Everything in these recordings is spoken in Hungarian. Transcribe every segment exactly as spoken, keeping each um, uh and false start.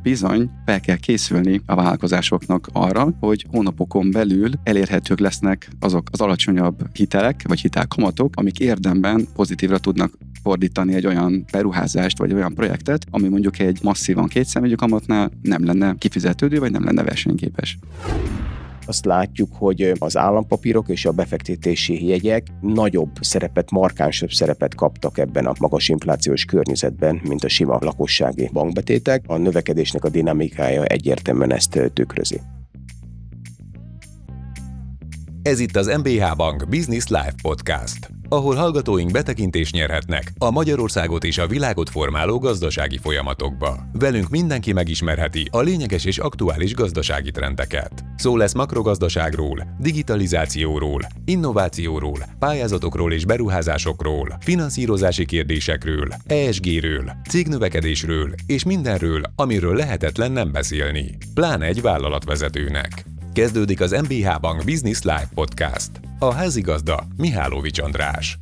bizony fel kell készülni a vállalkozásoknak arra, hogy hónapokon belül elérhetők lesznek azok az alacsonyabb hitelek, vagy hitelkamatok, amik érdemben pozitívra tudnak fordítani egy olyan beruházást, vagy olyan projektet, ami mondjuk egy masszívan kétszámjegyű kamatnál nem lenne kifizetődő, vagy nem lenne versenyképes. Azt látjuk, hogy az állampapírok és a befektetési jegyek nagyobb szerepet, markánsabb szerepet kaptak ebben a magas inflációs környezetben, mint a sima lakossági bankbetétek. A növekedésnek a dinamikája egyértelműen ezt tükrözi. Ez itt az em bé há Bank Business Live Podcast, ahol hallgatóink betekintést nyerhetnek a Magyarországot és a világot formáló gazdasági folyamatokba. Velünk mindenki megismerheti a lényeges és aktuális gazdasági trendeket. Szó lesz makrogazdaságról, digitalizációról, innovációról, pályázatokról és beruházásokról, finanszírozási kérdésekről, é es gé-ről, cégnövekedésről és mindenről, amiről lehetetlen nem beszélni, pláne egy vállalatvezetőnek. Kezdődik az em bé há Bank Business Live Podcast. A házigazda Mihálovics András.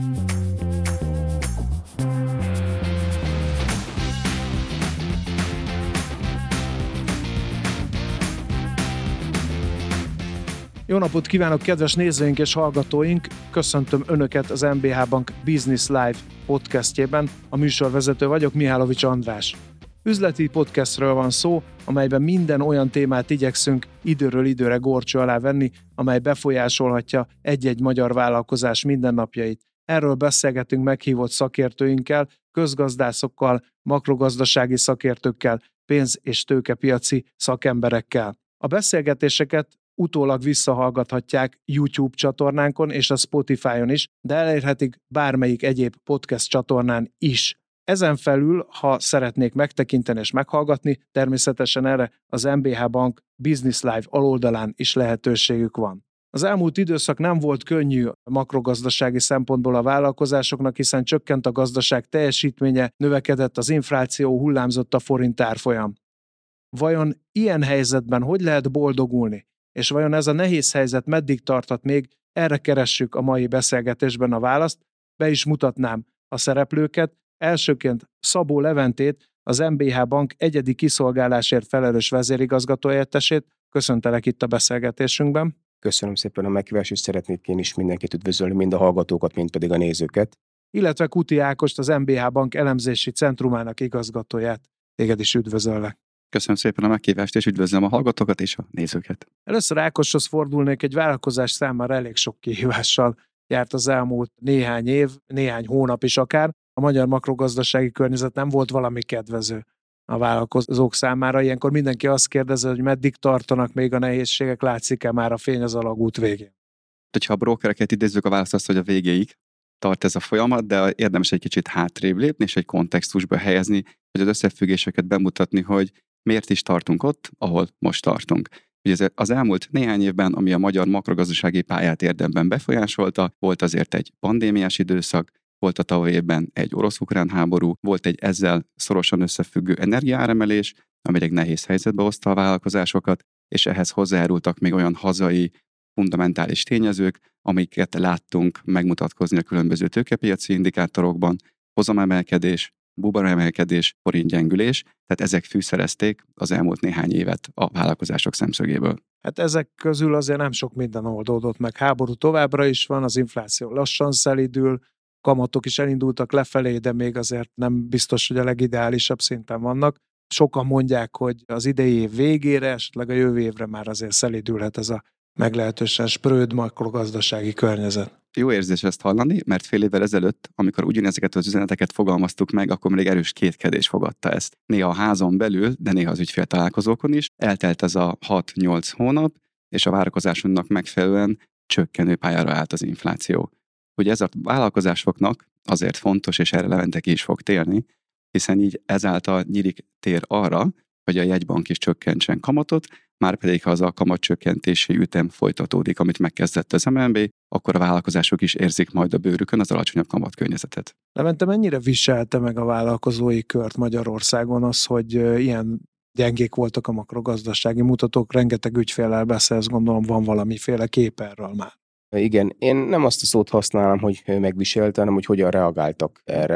Jó napot kívánok, kedves nézőink és hallgatóink! Köszöntöm Önöket az em bé há Bank Business Live podcastjében. A műsorvezető vagyok, Mihálovics András. Üzleti podcastről van szó, amelyben minden olyan témát igyekszünk időről időre górcső alá venni, amely befolyásolhatja egy-egy magyar vállalkozás mindennapjait. Erről beszélgetünk meghívott szakértőinkkel, közgazdászokkal, makrogazdasági szakértőkkel, pénz- és tőkepiaci szakemberekkel. A beszélgetéseket utólag visszahallgathatják YouTube csatornánkon és a Spotify-on is, de elérhetik bármelyik egyéb podcast csatornán is. Ezen felül, ha szeretnék megtekinteni és meghallgatni, természetesen erre az em bé há Bank Business Live aloldalán is lehetőségük van. Az elmúlt időszak nem volt könnyű makrogazdasági szempontból a vállalkozásoknak, hiszen csökkent a gazdaság teljesítménye, növekedett az infláció, hullámzott a forint árfolyam. Vajon ilyen helyzetben hogy lehet boldogulni? És vajon ez a nehéz helyzet meddig tarthat még? Erre keressük a mai beszélgetésben a választ. Be is mutatnám a szereplőket. Elsőként Szabó Leventét, az em bé há Bank egyedi kiszolgálásért felelős vezérigazgatóhelyettesét. Köszöntelek itt a beszélgetésünkben. Köszönöm szépen a meghívást, és szeretnék én is mindenkit üdvözölni, mind a hallgatókat, mind pedig a nézőket. Illetve Kuti Ákost, az em bé há Bank elemzési centrumának igazgatóját. Téged is üdvözöllek. Köszönöm szépen a meghívást, és üdvözlöm a hallgatókat és a nézőket. Először Ákoshoz fordulnék, egy vállalkozás számára elég sok kihívással járt az elmúlt néhány év, néhány hónap is akár. A magyar makrogazdasági környezet nem volt valami kedvező a vállalkozók számára. Ilyenkor mindenki azt kérdezi, hogy meddig tartanak még a nehézségek, látszik-e már a fény az alagút végén. Ha a brókereket idézzük, a választ az, hogy a végéig tart ez a folyamat, de érdemes egy kicsit hátrébb lépni, és egy kontextusba helyezni, hogy az összefüggéseket bemutatni, hogy miért is tartunk ott, ahol most tartunk. Ugye az elmúlt néhány évben, ami a magyar makrogazdasági pályát érdemben befolyásolta, volt azért egy pandémiás időszak, volt a tavaly évben egy orosz-ukrán háború, volt egy ezzel szorosan összefüggő energiaáremelés, ami egy nehéz helyzetbe hozta a vállalkozásokat, és ehhez hozzájárultak még olyan hazai fundamentális tényezők, amiket láttunk megmutatkozni a különböző tőkepiaci indikátorokban, hozamemelkedés, buboremelkedés, forintgyengülés, tehát ezek fűszerezték az elmúlt néhány évet a vállalkozások szemszögéből. Hát ezek közül azért nem sok minden oldódott meg. Háború továbbra is van, az infláció lassan szelídül, kamatok is elindultak lefelé, de még azért nem biztos, hogy a legideálisabb szinten vannak. Sokan mondják, hogy az idei év végére, esetleg a jövő évre már azért szelídülhet ez a meglehetősen spröd makrogazdasági környezet. Jó érzés ezt hallani, mert fél évvel ezelőtt, amikor ugyanezeket az üzeneteket fogalmaztuk meg, akkor még erős kétkedés fogadta ezt. Néha a házon belül, de néha az ügyféltalálkozókon is. Eltelt ez a hat-nyolc hónap, és a várakozásunknak megfelelően csökkenő pályára állt az infláció. Ugye ez a vállalkozásoknak azért fontos, és erre Levente ki is fog térni, hiszen így ezáltal nyílik tér arra, hogy a jegybank is csökkentsen kamatot, márpedig ha az a kamatcsökkentési ütem folytatódik, amit megkezdett az em en bé, akkor a vállalkozások is érzik majd a bőrükön az alacsonyabb kamatkörnyezetet. Levente, mennyire viselte meg a vállalkozói kört Magyarországon az, hogy ilyen gyengék voltak a makrogazdasági mutatók, rengeteg ügyféllel beszélsz, gondolom van valamiféle kép erről már. Igen, én nem azt a szót használom, hogy megviselte, hanem hogy hogyan reagáltak erre.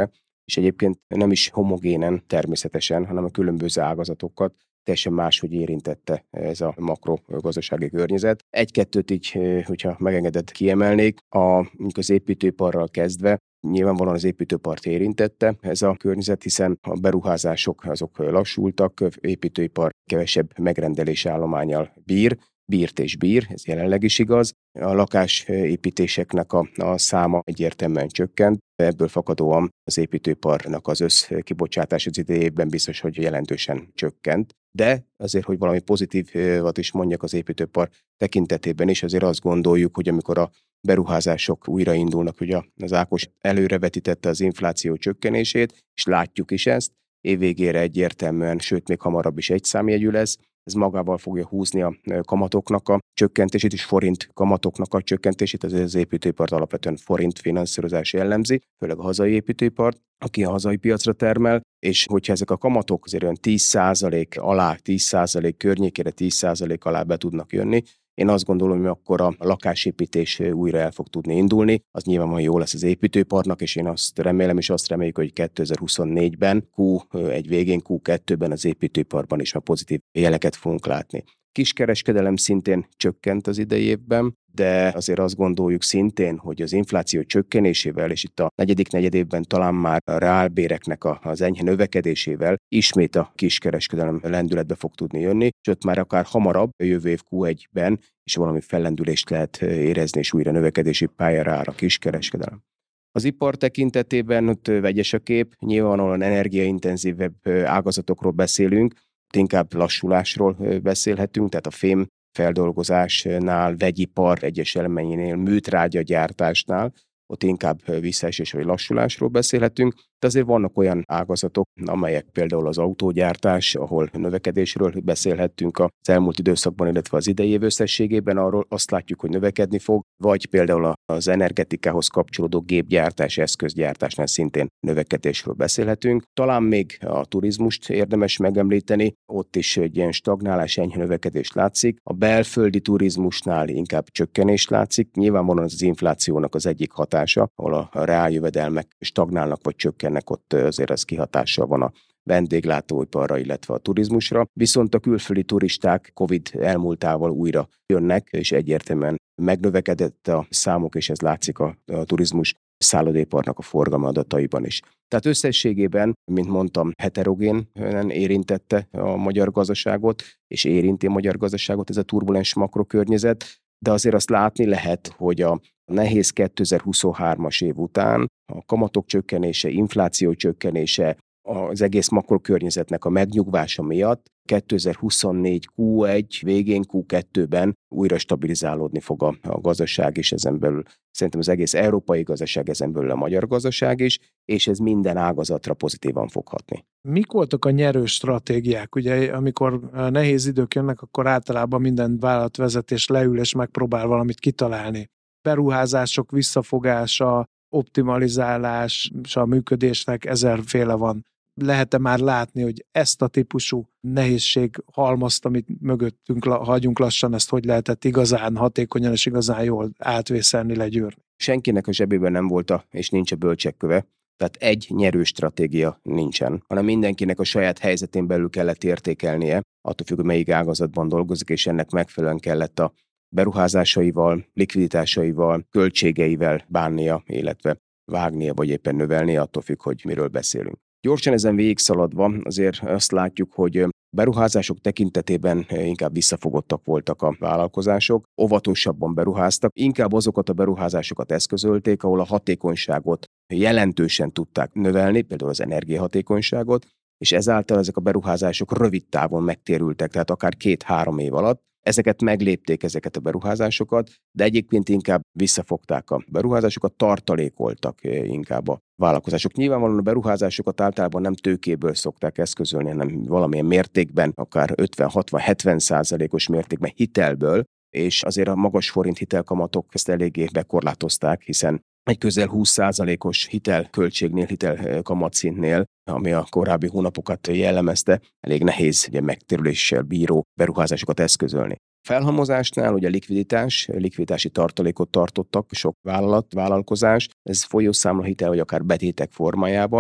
és egyébként nem is homogénen természetesen, hanem a különböző ágazatokat teljesen máshogy érintette ez a makrogazdasági környezet. Egy-kettőt így, hogyha megengedett, kiemelnék, a, az építőiparral kezdve, nyilvánvalóan az építőipart érintette ez a környezet, hiszen a beruházások azok lassultak, építőipar kevesebb megrendelés állománnyal bír, bírt és bír, ez jelenleg is igaz. A lakásépítéseknek a, a száma egyértelműen csökkent, ebből fakadóan az építőiparnak az összkibocsátás az idejében biztos, hogy jelentősen csökkent. De azért, hogy valami pozitívat is mondjak az építőipar tekintetében is, azért azt gondoljuk, hogy amikor a beruházások újraindulnak, ugye az Ákos előrevetítette az infláció csökkenését, és látjuk is ezt, évvégére egyértelműen, sőt még hamarabb is egy számjegyű lesz, ez magával fogja húzni a kamatoknak a csökkentését és forint kamatoknak a csökkentését, azért az építőipart alapvetően forint finanszírozás jellemzi, főleg a hazai építőipart, aki a hazai piacra termel, és hogyha ezek a kamatok azért olyan tíz százalék alá, tíz százalék környékére, tíz százalék alá be tudnak jönni, én azt gondolom, hogy akkor a lakásépítés újra el fog tudni indulni, az nyilvánvalóan jó lesz az építőiparnak, és én azt remélem, és azt reméljük, hogy kétezer-huszonnégyben, kú egy végén, kú kettőben az építőiparban is már pozitív jeleket fogunk látni. Kiskereskedelem szintén csökkent az idei évben, de azért azt gondoljuk szintén, hogy az infláció csökkenésével, és itt a negyedik negyedévben talán már a reálbéreknek az enyhe növekedésével ismét a kiskereskedelem lendületbe fog tudni jönni, sőt már akár hamarabb, a jövő év kú egyben is valami fellendülést lehet érezni, és újra növekedési pályára áll a kiskereskedelem. Az ipar tekintetében ott vegyes a kép, nyilvánvalóan energiaintenzívebb ágazatokról beszélünk, inkább lassulásról beszélhetünk, tehát a fém feldolgozásnál, vegyipar egyes elemeinél, műtrágyagyártásnál, ott inkább visszaesés vagy lassulásról beszélhetünk, de azért vannak olyan ágazatok, amelyek például az autógyártás, ahol növekedésről beszélhettünk az elmúlt időszakban, illetve az idei év összességében, arról azt látjuk, hogy növekedni fog, vagy például az energetikához kapcsolódó gépgyártás, eszközgyártásnál szintén növekedésről beszélhetünk. Talán még a turizmust érdemes megemlíteni, ott is egy ilyen stagnálás, enyhe növekedés látszik. A belföldi turizmusnál inkább csökkenés látszik. Nyilvánvalóan az inflációnak az egyik hatása, ahol a reáljövedelmek stagnálnak vagy csökkennek, ott azért az kihatással van a vendéglátóiparra, illetve a turizmusra. Viszont a külföldi turisták Covid elmúltával újra jönnek, és egyértelműen megnövekedett a számok, és ez látszik a, a turizmus szállodaiparnak a forgalmi adataiban is. Tehát összességében, mint mondtam, heterogénen érintette a magyar gazdaságot, és érinti a magyar gazdaságot ez a turbulens makrokörnyezet, de azért azt látni lehet, hogy a nehéz kétezer-huszonhármas év után a kamatok csökkenése, infláció csökkenése, az egész makrokörnyezetnek a megnyugvása miatt kétezer-huszonnégy kú egy végén, kú kettőben újra stabilizálódni fog a, a gazdaság is, ezen belül szerintem az egész európai gazdaság, ezen belül a magyar gazdaság is, és ez minden ágazatra pozitívan fog hatni. Mik voltak a nyerő stratégiák? Ugye, amikor nehéz idők jönnek, akkor általában minden vállalatvezetés leül és megpróbál valamit kitalálni. Beruházások visszafogása, optimalizálás, és a működésnek ezerféle van. Lehet-e már látni, hogy ezt a típusú nehézség halmazt, amit mögöttünk hagyunk lassan, ezt hogy lehetett igazán hatékonyan és igazán jól átvészelni, legyőrni? Senkinek a zsebében nem volt a, és nincs a bölcsekköve, tehát egy nyerő stratégia nincsen, hanem mindenkinek a saját helyzetén belül kellett értékelnie, attól függ, hogy melyik ágazatban dolgozik, és ennek megfelelően kellett a beruházásaival, likviditásaival, költségeivel bánnia, illetve vágnia, vagy éppen növelnie, attól függ, hogy miről beszélünk. Gyorsan ezen végigszaladva azért azt látjuk, hogy beruházások tekintetében inkább visszafogottak voltak a vállalkozások, óvatosabban beruháztak, inkább azokat a beruházásokat eszközölték, ahol a hatékonyságot jelentősen tudták növelni, például az energiahatékonyságot, és ezáltal ezek a beruházások rövid távon megtérültek, tehát akár két-három év alatt. Ezeket meglépték, ezeket a beruházásokat, de egyébként inkább visszafogták a beruházásokat, tartalékoltak inkább a vállalkozások. Nyilvánvalóan a beruházásokat általában nem tőkéből szokták eszközölni, hanem valamilyen mértékben, akár ötven-hatvan-hetven százalékos mértékben hitelből, és azért a magas forint hitelkamatok ezt eléggé bekorlátozták, hiszen egy közel húsz százalékos hitelköltségnél, hitelkamatszintnél, ami a korábbi hónapokat jellemezte, elég nehéz ugye, megtérüléssel bíró beruházásokat eszközölni. Felhalmozásnál ugye likviditás, likviditási tartalékot tartottak sok vállalat, vállalkozás, ez folyószámla hitel vagy akár betétek formájában,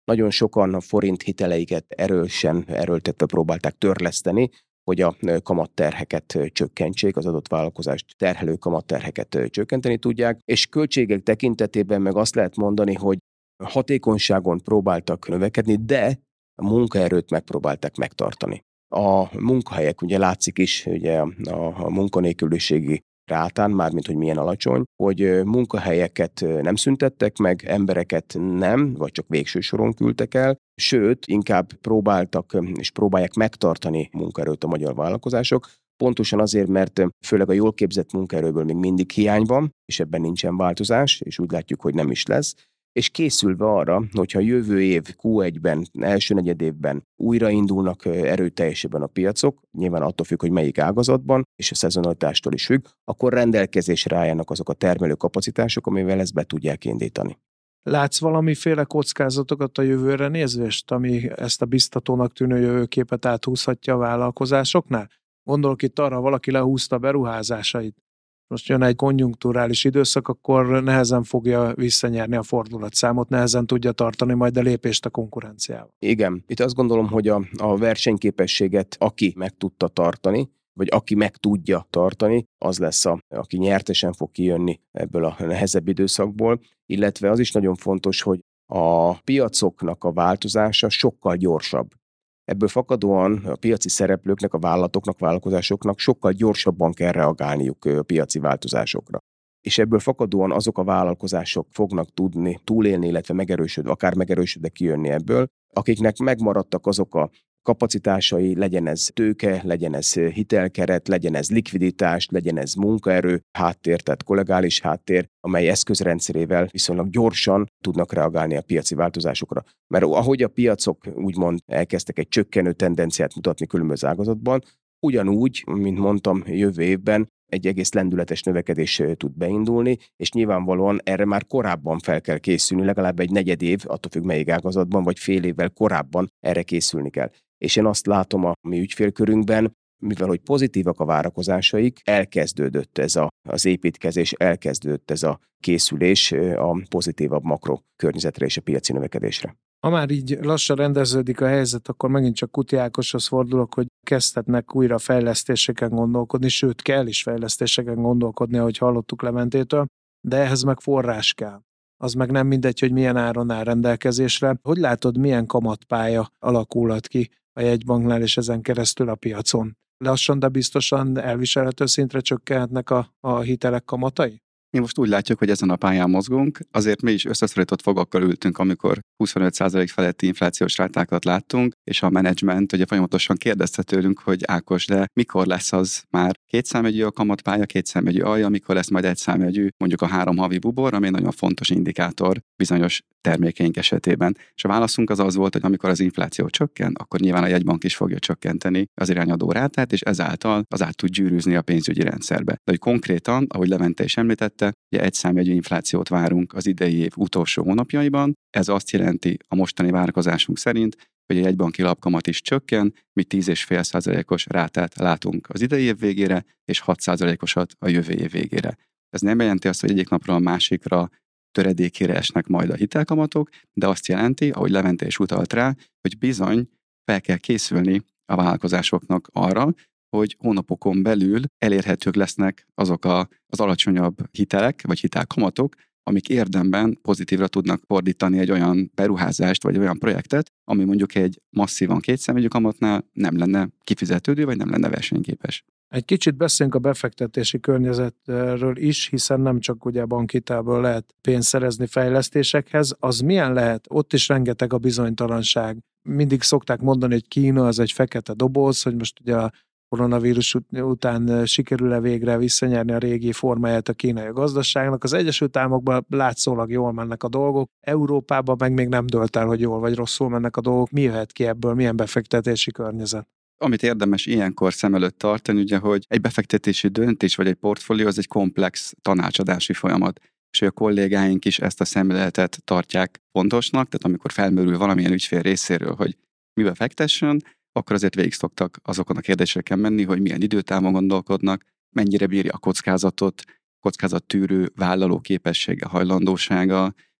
Nagyon sokan a forint hiteleiket erősen erőltetve próbálták törleszteni, hogy a kamatterheket csökkentsék, az adott vállalkozást terhelő kamatterheket csökkenteni tudják, és költségek tekintetében meg azt lehet mondani, hogy hatékonyságon próbáltak növekedni, de a munkaerőt megpróbálták megtartani. A munkahelyek, ugye látszik is, ugye a munkanélküliségi rátán, mármint hogy milyen alacsony, hogy munkahelyeket nem szüntettek meg, embereket nem, vagy csak végső soron küldtek el, sőt, inkább próbáltak és próbálják megtartani munkaerőt a magyar vállalkozások, pontosan azért, mert főleg a jól képzett munkaerőből még mindig hiány van, és ebben nincsen változás, és úgy látjuk, hogy nem is lesz, és készülve arra, hogyha jövő év kú egyben, első negyedévben újraindulnak erőteljesebben a piacok, nyilván attól függ, hogy melyik ágazatban, és a szezonalitástól is függ, akkor rendelkezésre álljanak azok a termelő kapacitások, amivel ezt be tudják indítani. Látsz valamiféle kockázatokat a jövőre nézvést, ami ezt a biztatónak tűnő jövőképet áthúzhatja a vállalkozásoknál? Gondolok itt arra, valaki lehúzta beruházásait. Most jön egy konjunkturális időszak, akkor nehezen fogja visszanyerni a fordulatszámot, nehezen tudja tartani majd a lépést a konkurenciával. Igen, itt azt gondolom, hogy a, a versenyképességet aki meg tudta tartani, vagy aki meg tudja tartani, az lesz, a, aki nyertesen fog kijönni ebből a nehezebb időszakból, illetve az is nagyon fontos, hogy a piacoknak a változása sokkal gyorsabb. Ebből fakadóan a piaci szereplőknek, a vállalatoknak, vállalkozásoknak sokkal gyorsabban kell reagálniuk a piaci változásokra. És ebből fakadóan azok a vállalkozások fognak tudni túlélni, illetve megerősödve, akár megerősödve kijönni ebből, akiknek megmaradtak azok a kapacitásai, legyen ez tőke, legyen ez hitelkeret, legyen ez likviditás, legyen ez munkaerő, háttér, tehát kollegális háttér, amely eszközrendszerével viszonylag gyorsan tudnak reagálni a piaci változásokra. Mert ahogy a piacok úgymond elkezdtek egy csökkenő tendenciát mutatni különböző ágazatban, ugyanúgy, mint mondtam, jövő évben egy egész lendületes növekedés tud beindulni, és nyilvánvalóan erre már korábban fel kell készülni, legalább egy negyed év, attól függ melyik ágazatban, vagy fél évvel korábban erre készülni kell. És én azt látom a mi ügyfélkörünkben, mivel hogy pozitívak a várakozásaik, elkezdődött ez a, az építkezés, elkezdődött ez a készülés a pozitívabb makro környezetre és a piaci növekedésre. Ha már így lassan rendeződik a helyzet, akkor megint csak Kuti Ákoshoz fordulok, hogy kezdhetnek újra fejlesztéseken gondolkodni, sőt kell is fejlesztéseken gondolkodni, ahogy hallottuk Leventétől, de ehhez meg forrás kell. Az meg nem mindegy, hogy milyen áron áll rendelkezésre. Hogy látod, milyen kamatpálya alakulhat ki a jegybanknál és ezen keresztül a piacon? Lassan, de biztosan elviselhető szintre csökkenhetnek a, a hitelek kamatai? Mi most úgy látjuk, hogy ezen a pályán mozgunk, azért mi is összeszorított fogakkal ültünk, amikor huszonöt százalék feletti inflációs rátákat láttunk, és a menedzsment ugye folyamatosan kérdezte tőlünk, hogy Ákos, de mikor lesz az már kétszámjegyű a kamatpálya, kétszámjegyű alja, mikor lesz majd egyszámjegyű, mondjuk a három havi bubor, ami egy nagyon fontos indikátor bizonyos termékeink esetében. És a válaszunk az az volt, hogy amikor az infláció csökken, akkor nyilván a jegybank is fogja csökkenteni az irányadó rátát, és ezáltal az át tud gyűrűzni a pénzügyi rendszerbe. De hogy konkrétan, ahogy Levente is említette, ugye egyszámjegyű inflációt várunk az idei év utolsó hónapjaiban. Ez azt jelenti a mostani várakozásunk szerint, hogy a jegybanki lapkamat is csökken, mi tíz egész öt százalékos rátát látunk az idei év végére, és hat százalékosat a jövő év végére. Ez nem jelenti azt, hogy egyik napról a másikra töredékére esnek majd a hitelkamatok, de azt jelenti, ahogy Levente is utalt rá, hogy bizony fel kell készülni a vállalkozásoknak arra, hogy hónapokon belül elérhetők lesznek azok a, az alacsonyabb hitelek, vagy hitelkamatok, amik érdemben pozitívra tudnak fordítani egy olyan beruházást, vagy olyan projektet, ami mondjuk egy masszívan kétszámjegyű kamatnál nem lenne kifizetődő, vagy nem lenne versenyképes. Egy kicsit beszélünk a befektetési környezetről is, hiszen nem csak ugye bankhitelből lehet pénzt szerezni fejlesztésekhez, az milyen lehet? Ott is rengeteg a bizonytalanság. Mindig szokták mondani, hogy Kína az egy fekete doboz, hogy most ugye a koronavírus után sikerül-e végre visszanyerni a régi formáját a kínai gazdaságnak. Az Egyesült Államokban látszólag jól mennek a dolgok, Európában meg még nem dölt el, hogy jól vagy rosszul mennek a dolgok. Mi jöhet ki ebből, milyen befektetési környezet? Amit érdemes ilyenkor szem előtt tartani, ugye, hogy egy befektetési döntés vagy egy portfólió az egy komplex tanácsadási folyamat, és hogy a kollégáink is ezt a szemléletet tartják fontosnak, tehát amikor felmerül valamilyen ügyfél részéről, hogy mibe fektessen, akkor azért végig szoktak azokon a kérdéseken menni, hogy milyen időtávon gondolkodnak, mennyire bírja a kockázatot, kockázattűrő vállaló képessége, hajlandósága,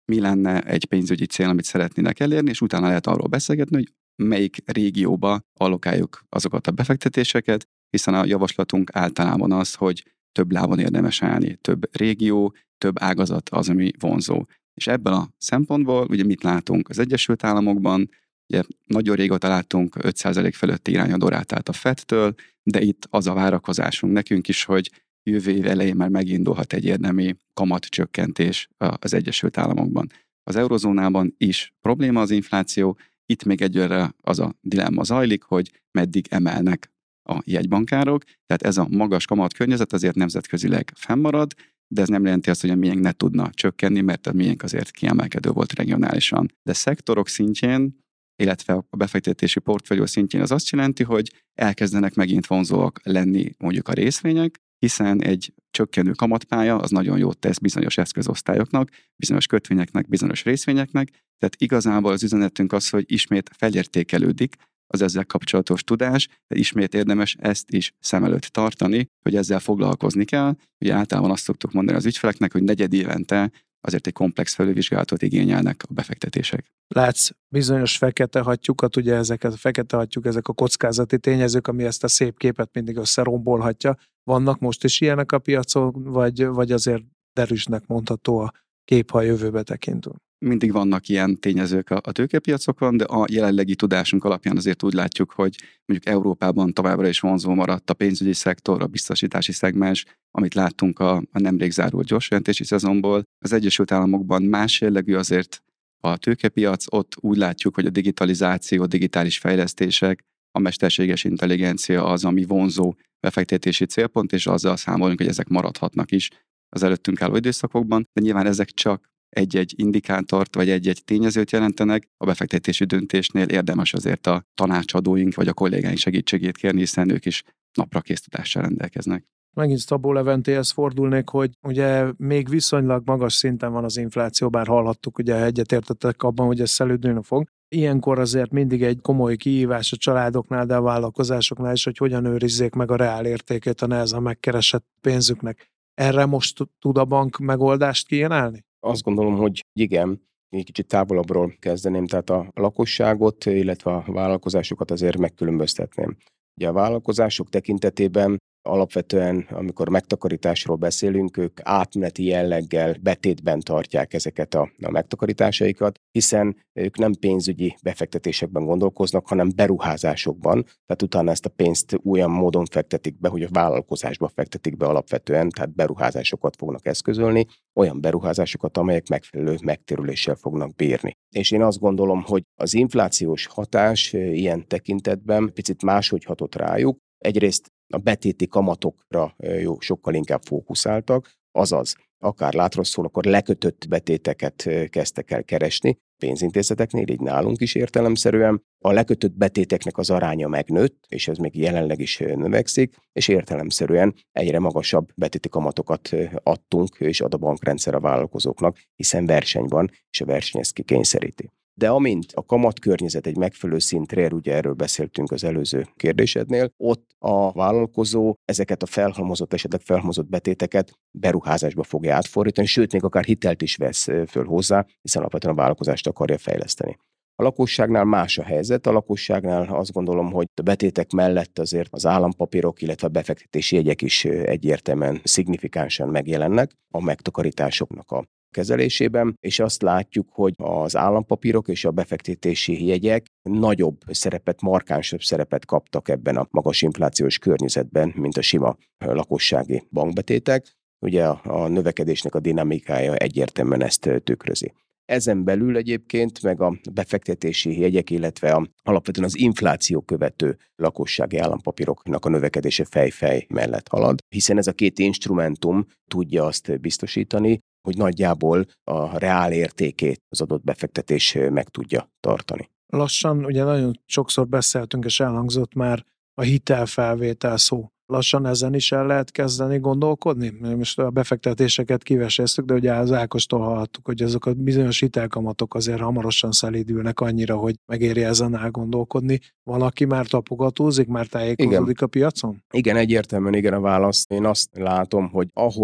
mi lenne egy pénzügyi cél, amit szeretnének elérni, és utána lehet arról beszélgetni, hogy melyik régióba allokáljuk azokat a befektetéseket, hiszen a javaslatunk általában az, hogy több lábon érdemes állni, több régió, több ágazat az, ami vonzó. És ebből a szempontból ugye mit látunk az Egyesült Államokban, ugye nagyon régóta láttunk öt százalék fölötti irányadó rátát a Fedtől, de itt az a várakozásunk nekünk is, hogy jövő év elején már megindulhat egy érdemi kamatcsökkentés az Egyesült Államokban. Az eurozónában is probléma az infláció, itt még egyelőre az a dilemma zajlik, hogy meddig emelnek a jegybankárok, tehát ez a magas kamat környezet azért nemzetközileg fennmarad, de ez nem jelenti azt, hogy a miénk ne tudna csökkenni, mert a miénk azért kiemelkedő volt regionálisan. De szektorok szintjén, illetve a befektetési portfólió szintjén az azt jelenti, hogy elkezdenek megint vonzóak lenni mondjuk a részvények, hiszen egy csökkenő kamatpálya az nagyon jót tesz bizonyos eszközosztályoknak, bizonyos kötvényeknek, bizonyos részvényeknek, tehát igazából az üzenetünk az, hogy ismét felértékelődik az ezzel kapcsolatos tudás, de ismét érdemes ezt is szem előtt tartani, hogy ezzel foglalkozni kell. Ugye általában azt szoktuk mondani az ügyfeleknek, hogy negyed évente azért egy komplex felülvizsgálatot igényelnek a befektetések. Látsz bizonyos fekete hattyúkat, ugye ezeket a fekete hattyúk, ezek a kockázati tényezők, ami ezt a szép képet mindig összerombolhatja. Vannak most is ilyenek a piacon, vagy, vagy azért derűsnek mondható a kép, ha a jövőbe tekintünk? Mindig vannak ilyen tényezők a, a tőkepiacokon, de a jelenlegi tudásunk alapján azért úgy látjuk, hogy mondjuk Európában továbbra is vonzó maradt a pénzügyi szektor, a biztosítási szegmens, amit láttunk a, a nemrég zárult gyorsjelentési szezonból. Az Egyesült Államokban más jellegű azért a tőkepiac, ott úgy látjuk, hogy a digitalizáció, a digitális fejlesztések, a mesterséges intelligencia az, ami vonzó befektetési célpont, és azzal számolunk, hogy ezek maradhatnak is az előttünk álló időszakokban, de nyilván ezek csak egy-egy indikátort, vagy egy-egy tényezőt jelentenek, a befektetési döntésnél érdemes azért a tanácsadóink, vagy a kollégáink segítségét kérni, hiszen ők is napra kész tudással rendelkeznek. Megint Szabó Leventéhez fordulnék, hogy ugye még viszonylag magas szinten van az infláció, bár hallhattuk, ugye egyetértettek abban, hogy ez szelődülni fog. Ilyenkor azért mindig egy komoly kihívás a családoknál, de a vállalkozásoknál is, hogy hogyan őrizzék meg a reál értékét a nehezen megkeresett pénzüknek. Erre most tud a bank megoldást kínálni? Azt gondolom, hogy igen, egy kicsit távolabbról kezdeném, tehát a lakosságot, illetve a vállalkozásokat azért megkülönböztetném. Ugye a vállalkozások tekintetében alapvetően, amikor megtakarításról beszélünk, ők átmeneti jelleggel betétben tartják ezeket a, a megtakarításaikat, hiszen ők nem pénzügyi befektetésekben gondolkoznak, hanem beruházásokban, tehát utána ezt a pénzt olyan módon fektetik be, hogy a vállalkozásba fektetik be alapvetően, tehát beruházásokat fognak eszközölni, olyan beruházásokat, amelyek megfelelő megtérüléssel fognak bírni. És én azt gondolom, hogy az inflációs hatás ilyen tekintetben picit máshogy hatott rájuk. Egyrészt a betéti kamatokra jó, sokkal inkább fókuszáltak, azaz, akár látról szól, akkor lekötött betéteket kezdtek el keresni pénzintézeteknél, így nálunk is értelemszerűen. A lekötött betéteknek az aránya megnőtt, és ez még jelenleg is növekszik, és értelemszerűen egyre magasabb betéti kamatokat adtunk, és ad a bankrendszer a vállalkozóknak, hiszen verseny van, és a verseny ezt kikényszeríti. De amint a kamatkörnyezet egy megfelelő szintre ér, ugye erről beszéltünk az előző kérdésednél, ott a vállalkozó ezeket a felhalmozott, esetleg felhalmozott betéteket beruházásba fogja átfordítani, sőt, még akár hitelt is vesz föl hozzá, hiszen alapvetően a vállalkozást akarja fejleszteni. A lakosságnál más a helyzet, a lakosságnál azt gondolom, hogy a betétek mellett azért az állampapírok, illetve a befektetési jegyek is egyértelműen szignifikánsan megjelennek a megtakarításoknak a kezelésében, és azt látjuk, hogy az állampapírok és a befektetési jegyek nagyobb szerepet, markánsabb szerepet kaptak ebben a magas inflációs környezetben, mint a sima lakossági bankbetétek. Ugye a, a növekedésnek a dinamikája egyértelműen ezt tükrözi. Ezen belül egyébként meg a befektetési jegyek, illetve a, alapvetően az infláció követő lakossági állampapíroknak a növekedése fej-fej mellett halad, hiszen ez a két instrumentum tudja azt biztosítani, hogy nagyjából a reál értékét az adott befektetés meg tudja tartani. Lassan, ugye nagyon sokszor beszéltünk, és elhangzott már a hitelfelvétel szó. Lassan ezen is el lehet kezdeni gondolkodni? Most a befektetéseket kiveséztük, de ugye az Ákostól hallhattuk, hogy azok a bizonyos hitelkamatok azért hamarosan szelídülnek annyira, hogy megéri ezen elgondolkodni. Van, aki már tapogatózik, már tájékozódik a piacon? Igen, egyértelműen igen a válasz. Én azt látom, hogy ahogy a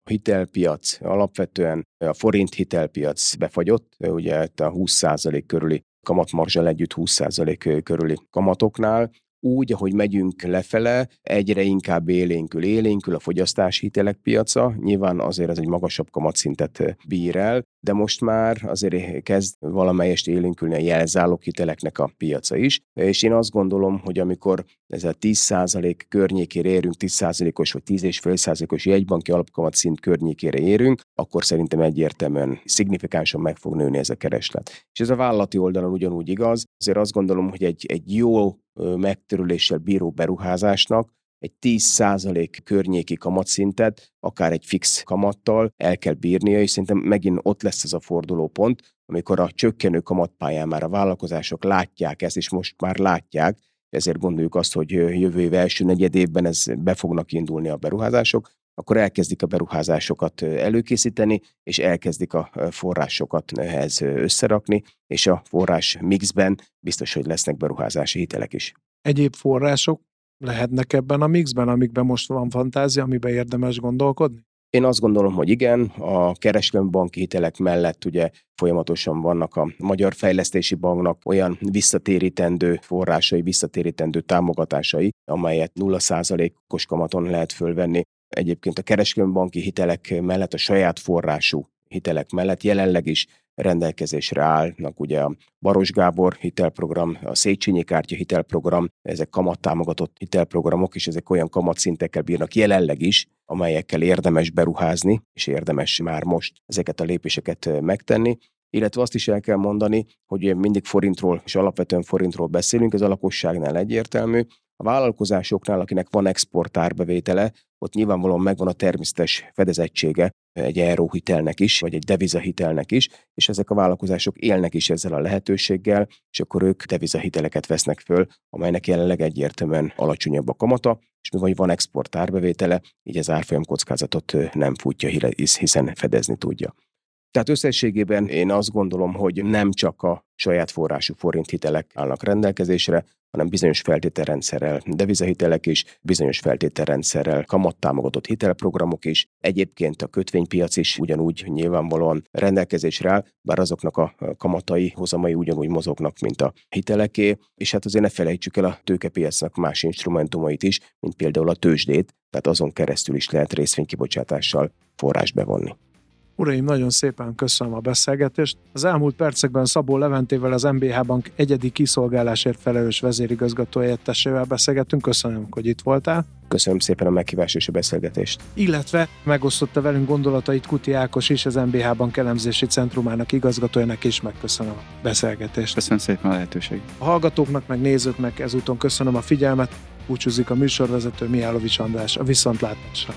hitelpiac, alapvetően a forint hitelpiac befagyott, ugye a húsz százalék körüli kamatmarzsal együtt húsz százalék körüli kamatoknál, úgy, ahogy megyünk lefele, egyre inkább élénkül, élénkül a fogyasztási hitelek piaca. Nyilván azért ez egy magasabb kamatszintet bír el, de most már azért kezd valamelyest élénkülni a jelzálog hiteleknek a piaca is. És én azt gondolom, hogy amikor ez a tíz százalék környékére érünk, tíz százalékos vagy tíz egész öt százalékos jegybanki alapkamatszint környékére érünk, akkor szerintem egyértelműen szignifikánsan meg fog nőni ez a kereslet. És ez a vállalati oldalon ugyanúgy igaz. Azért azt gondolom, hogy egy, egy jó megtérüléssel bíró beruházásnak egy tíz százalék környéki kamatszintet, akár egy fix kamattal el kell bírnia, és szerintem megint ott lesz ez a fordulópont, amikor a csökkenő kamatpályán már a vállalkozások látják ezt, és most már látják, ezért gondoljuk azt, hogy jövő év első negyed évben ez be fognak indulni a beruházások, akkor elkezdik a beruházásokat előkészíteni, és elkezdik a forrásokat ehhez összerakni, és a forrás mixben biztos, hogy lesznek beruházási hitelek is. Egyéb források lehetnek ebben a mixben, amikben most van fantázia, amiben érdemes gondolkodni? Én azt gondolom, hogy igen, a kereskedelmi banki hitelek mellett ugye folyamatosan vannak a Magyar Fejlesztési Banknak olyan visszatérítendő forrásai, visszatérítendő támogatásai, amelyet nulla százalékos kamaton lehet fölvenni. Egyébként a kereskedelmi banki hitelek mellett, a saját forrású hitelek mellett jelenleg is rendelkezésre állnak ugye a Baros Gábor hitelprogram, a Széchenyi kártya hitelprogram, ezek kamattámogatott hitelprogramok, és ezek olyan kamatszintekkel bírnak jelenleg is, amelyekkel érdemes beruházni, és érdemes már most ezeket a lépéseket megtenni. Illetve azt is el kell mondani, hogy mindig forintról, és alapvetően forintról beszélünk, ez a lakosságnál egyértelmű. A vállalkozásoknál, akinek van exportárbevétele, ott nyilvánvalóan megvan a természetes fedezettsége egy euróhitelnek is, vagy egy devizahitelnek is, és ezek a vállalkozások élnek is ezzel a lehetőséggel, és akkor ők devizahiteleket vesznek föl, amelynek jelenleg egyértelműen alacsonyabb a kamata, és mivel van exportárbevétele, így az árfolyam kockázatot nem futja, hiszen fedezni tudja. Tehát összességében én azt gondolom, hogy nem csak a saját forrású forinthitelek állnak rendelkezésre, hanem bizonyos feltételrendszerrel devizahitelek is, bizonyos feltételrendszerrel kamattámogatott hitelprogramok is. Egyébként a kötvénypiac is ugyanúgy nyilvánvalóan rendelkezésre áll, bár azoknak a kamatai, hozamai ugyanúgy mozognak, mint a hiteleké, és hát azért ne felejtsük el a tőkepiacnak más instrumentumait is, mint például a tőzsdét, tehát azon keresztül is lehet részvénykibocsátással forrást bevonni. Uraim, nagyon szépen köszönöm a beszélgetést. Az elmúlt percekben Szabó Leventével, az em bé há Bank egyedi kiszolgálásért felelős vezérigazgató helyettesével beszélgettünk. Köszönöm, hogy itt voltál. Köszönöm szépen a meghívást és a beszélgetést. Illetve megosztotta velünk gondolatait Kuti Ákos is, az em bé há Bank elemzési centrumának igazgatójának is. Megköszönöm a beszélgetést. Köszönöm szépen a lehetőséget. A hallgatóknak, meg nézőknek ezúton köszönöm a figyelmet. Búcsúzik a műsorvezető, Mihálovics András. A viszontlátásra.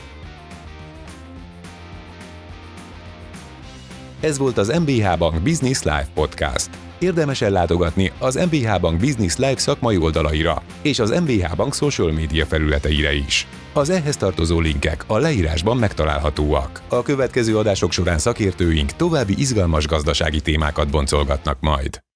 Ez volt az em bé há Bank Business Live Podcast. Érdemes ellátogatni az em bé há Bank Business Live szakmai oldalaira és az em bé há Bank social media felületeire is. Az ehhez tartozó linkek a leírásban megtalálhatóak. A következő adások során szakértőink további izgalmas gazdasági témákat boncolgatnak majd.